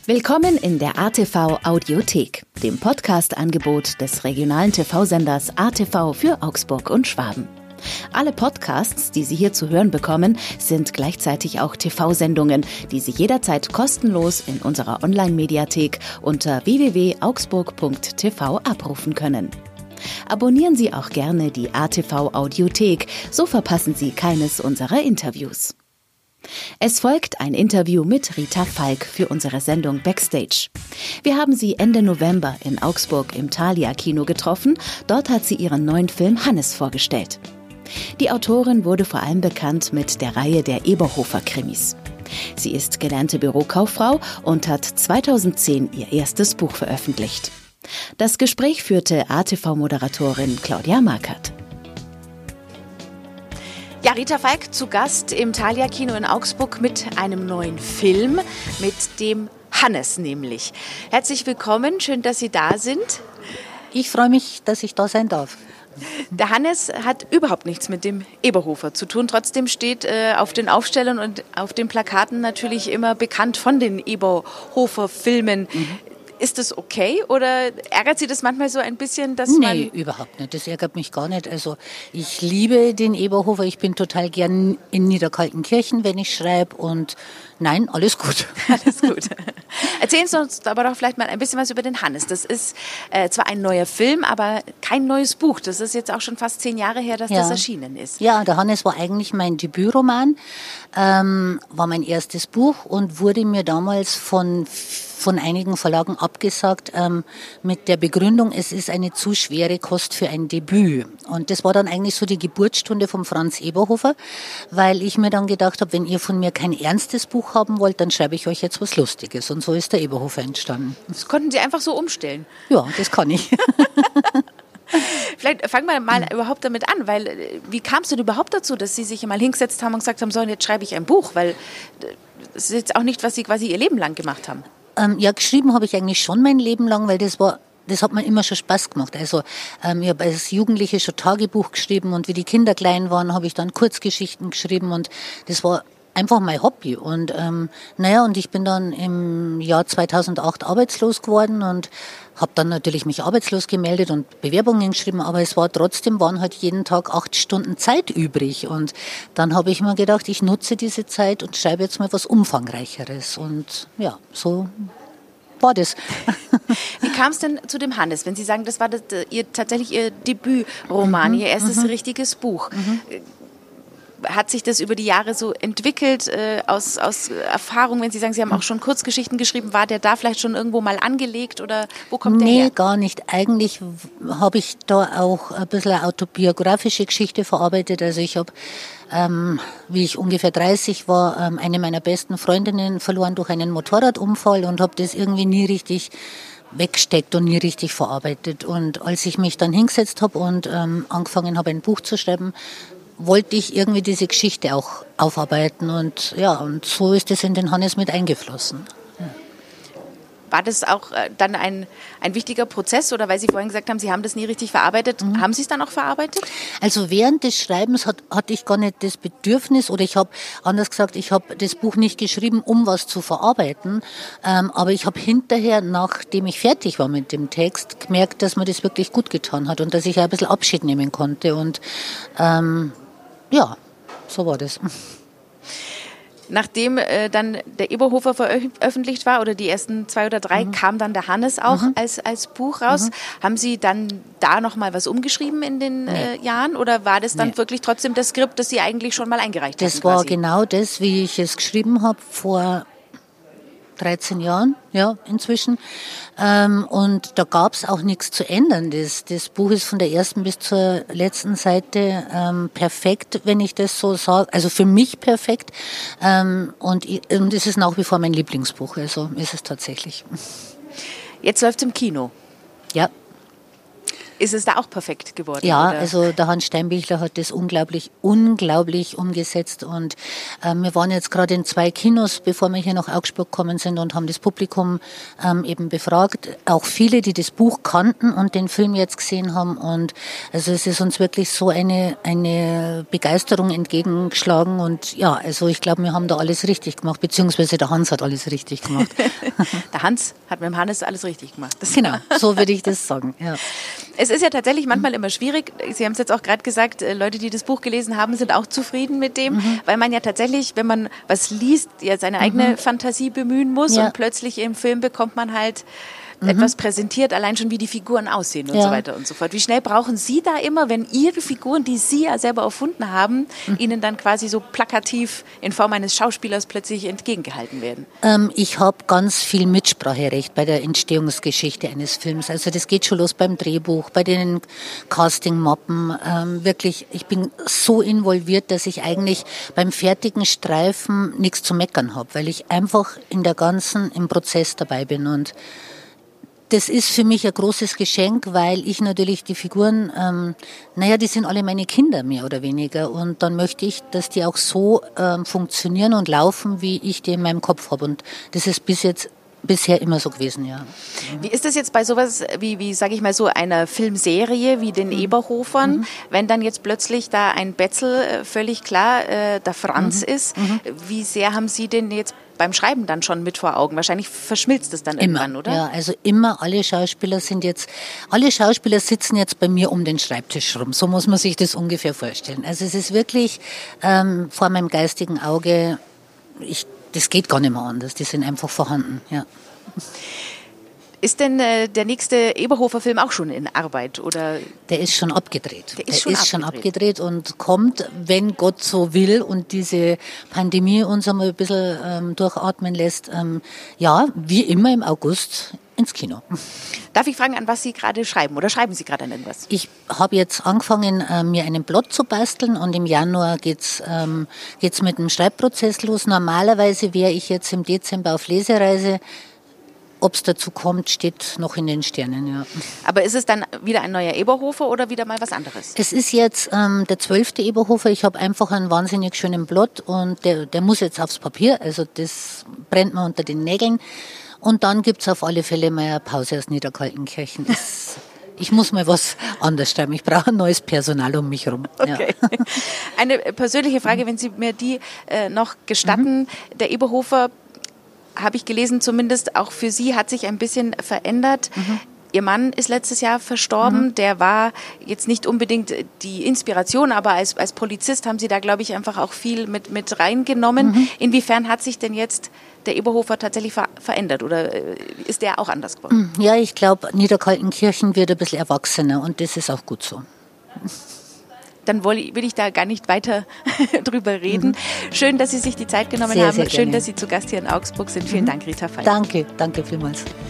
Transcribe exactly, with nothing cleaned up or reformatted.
Willkommen in der A T V Audiothek, dem Podcast-Angebot des regionalen T V-Senders A T V für Augsburg und Schwaben. Alle Podcasts, die Sie hier zu hören bekommen, sind gleichzeitig auch T V-Sendungen, die Sie jederzeit kostenlos in unserer Online-Mediathek unter w w w punkt augsburg punkt t v abrufen können. Abonnieren Sie auch gerne die A T V Audiothek, so verpassen Sie keines unserer Interviews. Es folgt ein Interview mit Rita Falk für unsere Sendung Backstage. Wir haben sie Ende November in Augsburg im Thalia Kino getroffen. Dort hat sie ihren neuen Film Hannes vorgestellt. Die Autorin wurde vor allem bekannt mit der Reihe der Eberhofer-Krimis. Sie ist gelernte Bürokauffrau und hat zweitausendzehn ihr erstes Buch veröffentlicht. Das Gespräch führte A T V-Moderatorin Claudia Markert. Ja, Rita Falk zu Gast im Thalia Kino in Augsburg mit einem neuen Film, mit dem Hannes nämlich. Herzlich willkommen, schön, dass Sie da sind. Ich freue mich, dass ich da sein darf. Der Hannes hat überhaupt nichts mit dem Eberhofer zu tun. Trotzdem steht äh, auf den Aufstellern und auf den Plakaten natürlich immer bekannt von den Eberhofer-Filmen. Mhm. Ist das okay oder ärgert Sie das manchmal so ein bisschen, dass man... Nee, überhaupt nicht. Das ärgert mich gar nicht. Also ich liebe den Eberhofer. Ich bin total gern in Niederkaltenkirchen, wenn ich schreibe. Und nein, alles gut. Alles gut. Erzählen Sie uns aber doch vielleicht mal ein bisschen was über den Hannes. Das ist äh, zwar ein neuer Film, aber kein neues Buch. Das ist jetzt auch schon fast zehn Jahre her, dass ja. das erschienen ist. Ja, der Hannes war eigentlich mein Debütroman, ähm, war mein erstes Buch und wurde mir damals von von einigen Verlagen abgesagt ähm, mit der Begründung, es ist eine zu schwere Kost für ein Debüt. Und das war dann eigentlich so die Geburtsstunde von Franz Eberhofer, weil ich mir dann gedacht habe, wenn ihr von mir kein ernstes Buch haben wollt, dann schreibe ich euch jetzt was Lustiges. Und so ist der Eberhofer entstanden. Das konnten Sie einfach so umstellen? Ja, das kann ich. Vielleicht fangen wir mal mhm. überhaupt damit an, weil wie kam es denn überhaupt dazu, dass Sie sich mal hingesetzt haben und gesagt haben, so, jetzt schreibe ich ein Buch, weil das ist jetzt auch nicht, was Sie quasi Ihr Leben lang gemacht haben. Ähm, ja, geschrieben habe ich eigentlich schon mein Leben lang, weil das war, das hat mir immer schon Spaß gemacht. Also ähm, ich habe als Jugendliche schon Tagebuch geschrieben und wie die Kinder klein waren, habe ich dann Kurzgeschichten geschrieben und das war einfach mein Hobby. Und ähm, naja, und ich bin dann im Jahr zweitausendacht arbeitslos geworden und habe dann natürlich mich arbeitslos gemeldet und Bewerbungen geschrieben, aber es war trotzdem, waren halt jeden Tag acht Stunden Zeit übrig. Und dann habe ich mir gedacht, ich nutze diese Zeit und schreibe jetzt mal was Umfangreicheres. Und ja, so war das. Wie kam es denn zu dem Hannes, wenn Sie sagen, das war das, ihr, tatsächlich Ihr Debütroman, mhm, Ihr erstes mhm. richtiges Buch? Mhm. Hat sich das über die Jahre so entwickelt, äh, aus, aus Erfahrung, wenn Sie sagen, Sie haben auch schon Kurzgeschichten geschrieben, war der da vielleicht schon irgendwo mal angelegt oder wo kommt der nee, her? Nee, gar nicht. Eigentlich habe ich da auch ein bisschen eine autobiografische Geschichte verarbeitet. Also ich habe, ähm, wie ich ungefähr dreißig war, ähm, eine meiner besten Freundinnen verloren durch einen Motorradunfall und habe das irgendwie nie richtig weggesteckt und nie richtig verarbeitet. Und als ich mich dann hingesetzt habe und ähm, angefangen habe, ein Buch zu schreiben, wollte ich irgendwie diese Geschichte auch aufarbeiten und ja, und so ist es in den Hannes mit eingeflossen. War das auch äh, dann ein, ein wichtiger Prozess oder weil Sie vorhin gesagt haben, Sie haben das nie richtig verarbeitet, mhm. haben Sie es dann auch verarbeitet? Also während des Schreibens hat, hatte ich gar nicht das Bedürfnis oder ich habe, anders gesagt, ich habe das Buch nicht geschrieben, um was zu verarbeiten, ähm, aber ich habe hinterher, nachdem ich fertig war mit dem Text, gemerkt, dass mir das wirklich gut getan hat und dass ich ein bisschen Abschied nehmen konnte und ähm, ja, so war das. Nachdem äh, dann der Eberhofer veröffentlicht war oder die ersten zwei oder drei, mhm. kam dann der Hannes auch mhm. als, als Buch raus. Mhm. Haben Sie dann da noch mal was umgeschrieben in den nee. äh, Jahren oder war das dann nee. wirklich trotzdem das Skript, das Sie eigentlich schon mal eingereicht haben? Das war quasi? Genau das, wie ich es geschrieben habe vor dreizehn Jahren, ja, inzwischen. Ähm, und da gab es auch nichts zu ändern. Das, das Buch ist von der ersten bis zur letzten Seite ähm, perfekt, wenn ich das so sage. Also für mich perfekt. Ähm, und, und es ist nach wie vor mein Lieblingsbuch. Also ist es tatsächlich. Jetzt läuft es im Kino. Ja. Ist es da auch perfekt geworden? Ja, oder? Also der Hans Steinbichler hat das unglaublich, unglaublich umgesetzt und äh, wir waren jetzt gerade in zwei Kinos, bevor wir hier nach Augsburg gekommen sind und haben das Publikum ähm, eben befragt. Auch viele, die das Buch kannten und den Film jetzt gesehen haben und also es ist uns wirklich so eine, eine Begeisterung entgegengeschlagen und ja, also ich glaube, wir haben da alles richtig gemacht, beziehungsweise der Hans hat alles richtig gemacht. Der Hans hat mit dem Hannes alles richtig gemacht. Das genau, so würde ich das sagen, ja. Es ist ja tatsächlich manchmal immer schwierig. Sie haben es jetzt auch gerade gesagt, Leute, die das Buch gelesen haben, sind auch zufrieden mit dem, mhm. weil man ja tatsächlich, wenn man was liest, ja seine eigene mhm. Fantasie bemühen muss ja. und plötzlich im Film bekommt man halt mhm. etwas präsentiert, allein schon wie die Figuren aussehen und ja. so weiter und so fort. Wie schnell brauchen Sie da immer, wenn Ihre Figuren, die Sie ja selber erfunden haben, mhm. Ihnen dann quasi so plakativ in Form eines Schauspielers plötzlich entgegengehalten werden? Ähm, ich habe ganz viel Mitspracherecht bei der Entstehungsgeschichte eines Films. Also das geht schon los beim Drehbuch, bei den Castingmappen. Ähm, wirklich, ich bin so involviert, dass ich eigentlich beim fertigen Streifen nichts zu meckern habe, weil ich einfach in der ganzen, im Prozess dabei bin und das ist für mich ein großes Geschenk, weil ich natürlich die Figuren, ähm, naja, die sind alle meine Kinder mehr oder weniger und dann möchte ich, dass die auch so ähm, funktionieren und laufen, wie ich die in meinem Kopf habe und das ist bis jetzt bisher immer so gewesen, ja. Wie ist das jetzt bei sowas wie, wie sage ich mal so, einer Filmserie wie den Eberhofern, mhm. wenn dann jetzt plötzlich da ein Betzel, völlig klar, äh, der Franz mhm. ist, mhm. wie sehr haben Sie denn jetzt beim Schreiben dann schon mit vor Augen? Wahrscheinlich verschmilzt es dann immer, irgendwann, oder? Ja, also immer, alle Schauspieler sind jetzt, alle Schauspieler sitzen jetzt bei mir um den Schreibtisch rum. So muss man sich das ungefähr vorstellen. Also es ist wirklich ähm, vor meinem geistigen Auge, ich, das geht gar nicht mehr anders, die sind einfach vorhanden, ja. Ist denn äh, der nächste Eberhofer-Film auch schon in Arbeit? Oder? Der ist schon abgedreht. Der ist, der schon, ist abgedreht. schon abgedreht und kommt, wenn Gott so will und diese Pandemie uns einmal ein bisschen ähm, durchatmen lässt, ähm, ja, wie immer im August ins Kino. Darf ich fragen, an was Sie gerade schreiben oder schreiben Sie gerade an irgendwas? Ich habe jetzt angefangen, äh, mir einen Plot zu basteln und im Januar geht's ähm, geht's mit dem Schreibprozess los. Normalerweise wäre ich jetzt im Dezember auf Lesereise. Ob es dazu kommt, steht noch in den Sternen, ja. Aber ist es dann wieder ein neuer Eberhofer oder wieder mal was anderes? Es ist jetzt ähm, der zwölfte Eberhofer. Ich habe einfach einen wahnsinnig schönen Plot und der, der muss jetzt aufs Papier. Also das brennt mir unter den Nägeln. Und dann gibt es auf alle Fälle mal eine Pause aus Niederkaltenkirchen. Das, ich muss mal was anderes schreiben. Ich brauche ein neues Personal um mich herum. Okay. Ja. Eine persönliche Frage, wenn Sie mir die äh, noch gestatten. Mhm. Der Eberhofer, habe ich gelesen, zumindest auch für Sie hat sich ein bisschen verändert. Mhm. Ihr Mann ist letztes Jahr verstorben. Mhm. Der war jetzt nicht unbedingt die Inspiration, aber als, als Polizist haben Sie da, glaube ich, einfach auch viel mit, mit reingenommen. Mhm. Inwiefern hat sich denn jetzt der Eberhofer tatsächlich ver- verändert oder ist der auch anders geworden? Ja, ich glaube, Niederkaltenkirchen wird ein bisschen erwachsener und das ist auch gut so. Dann will ich da gar nicht weiter drüber reden. Mhm. Schön, dass Sie sich die Zeit genommen sehr, haben. sehr Schön, dass Sie zu Gast hier in Augsburg sind. Vielen mhm. Dank, Rita Falk. Danke, danke vielmals.